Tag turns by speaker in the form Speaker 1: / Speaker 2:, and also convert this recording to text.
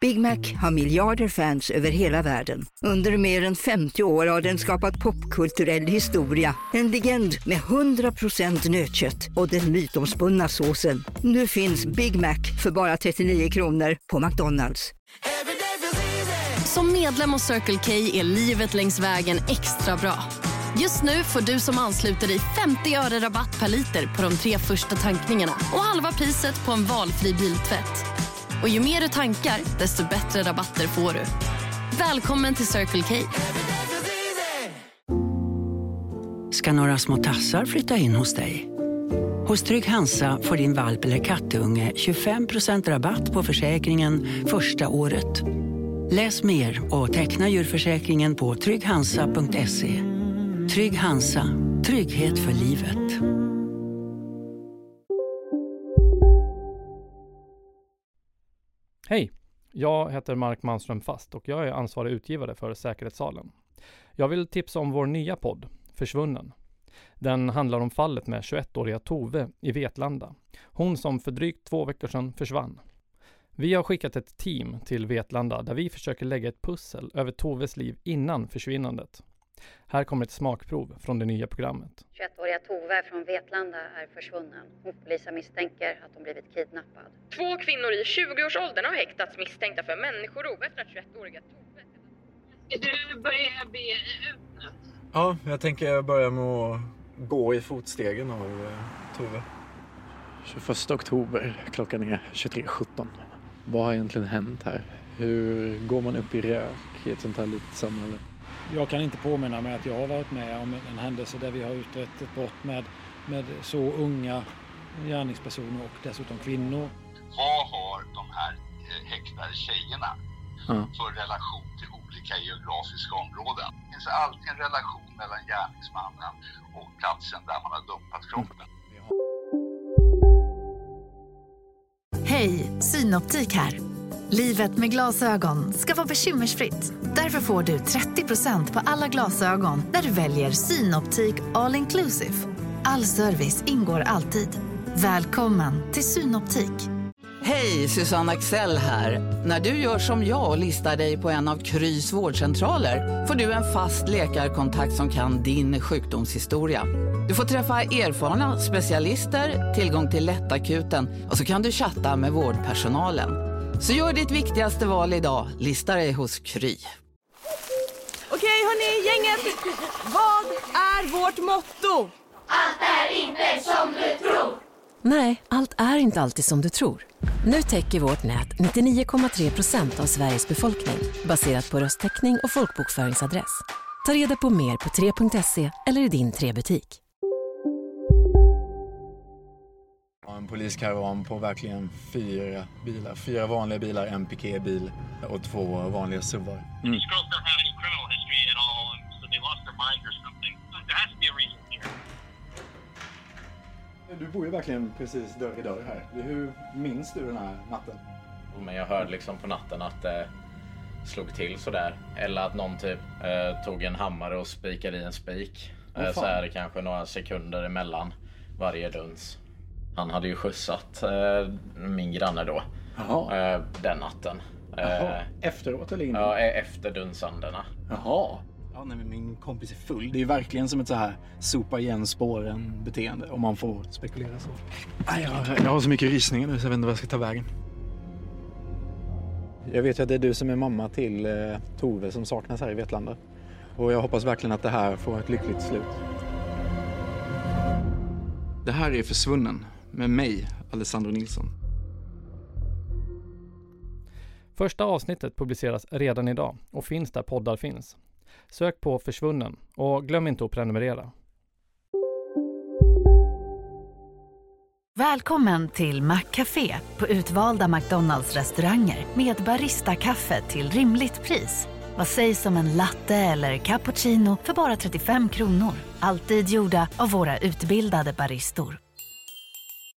Speaker 1: Big Mac har miljarder fans över hela världen. Under mer än 50 år har den skapat popkulturell historia. En legend med 100% nötkött och den mytomspunna såsen. Nu finns Big Mac för bara 39 kronor på McDonald's.
Speaker 2: Som medlem hos Circle K är livet längs vägen extra bra. Just nu får du som ansluter dig 50 öre rabatt per liter på de 3 första tankningarna och halva priset på en valfri biltvätt. Och ju mer du tankar, desto bättre rabatter får du. Välkommen till Circle K.
Speaker 3: Ska några små tassar flytta in hos dig? Hos Trygg Hansa får din valp eller kattunge 25% rabatt på försäkringen första året. Läs mer och teckna djurförsäkringen på trygghansa.se. Trygg Hansa. Trygghet för livet.
Speaker 4: Hej, jag heter Mark Manström Fast och jag är ansvarig utgivare för Säkerhetssalen. Jag vill tipsa om vår nya podd, Försvunnen. Den handlar om fallet med 21-åriga Tove i Vetlanda. Hon som för drygt 2 veckor sedan försvann. Vi har skickat ett team till Vetlanda där vi försöker lägga ett pussel över Toves liv innan försvinnandet. Här kommer ett smakprov från det nya programmet.
Speaker 5: 21-åriga Tove från Vetlanda är försvunnen. Polisen misstänker att hon blivit kidnappad.
Speaker 6: 2 kvinnor i 20-årsåldern har häktats misstänkta för människorov efter att 21-åriga Tove...
Speaker 7: Ska du börja be ut nu?
Speaker 8: Ja, jag tänker börja med att gå i fotstegen av Tove.
Speaker 9: 21 oktober, klockan är 23:17. Vad har egentligen hänt här? Hur går man upp i rök i ett sånt här litet samhälle?
Speaker 10: Jag kan inte påminna mig att jag har varit med om en händelse där vi har utrett ett brott med så unga gärningspersoner och dessutom kvinnor.
Speaker 11: Vad har de här häktade tjejerna för relation till olika geografiska områden? Det finns alltid en relation mellan gärningsmannen och platsen där man har dumpat kroppen.
Speaker 12: Hej, Synoptik här. Livet med glasögon ska vara bekymmersfritt. Därför får du 30% på alla glasögon när du väljer Synoptik All Inclusive. All service ingår alltid. Välkommen till Synoptik.
Speaker 13: Hej, Susanne Axel här. När du gör som jag och listar dig på en av Krys vårdcentraler får du en fast läkarkontakt som kan din sjukdomshistoria. Du får träffa erfarna specialister, tillgång till lättakuten och så kan du chatta med vårdpersonalen. Så gör ditt viktigaste val idag. Lista dig hos Kry.
Speaker 14: Okej, hörni, gänget. Vad är vårt motto?
Speaker 15: Allt är inte som du tror.
Speaker 16: Nej, allt är inte alltid som du tror. Nu täcker vårt nät 99,3% av Sveriges befolkning baserat på röstteckning och folkbokföringsadress. Ta reda på mer på 3.se eller i din 3-butik.
Speaker 8: En poliskaravan på verkligen 4 bilar. 4 vanliga bilar, en pikébil och 2 vanliga SUVar. Du bor ju verkligen precis dörr i dörr här. Hur minns du den här natten?
Speaker 17: Men jag hörde liksom på natten att det slog till sådär. Eller att någon typ tog en hammare och spikade i en spik. Så är det kanske några sekunder emellan varje duns. Han hade ju skjutsat min granne då den natten.
Speaker 8: Efteråt eller innan?
Speaker 17: Ja, efter dunsandena.
Speaker 8: Jaha. Ja, nej, men min kompis är full. Det är verkligen som ett så här sopa igen spåren beteende om man får spekulera så. Jag har så mycket rysningar nu så jag vet inte vad jag ska ta vägen. Jag vet ju att det är du som är mamma till Tove som saknas här i Vetlanda. Och jag hoppas verkligen att det här får ett lyckligt slut. Det här är Försvunnen med mig, Alessandro Nilsson.
Speaker 4: Första avsnittet publiceras redan idag och finns där poddar finns. Sök på Försvunnen och glöm inte att prenumerera.
Speaker 12: Välkommen till Maccafé på utvalda McDonalds restauranger med barista-kaffe till rimligt pris. Vad sägs om en latte eller cappuccino för bara 35 kronor? Alltid gjorda av våra utbildade baristor.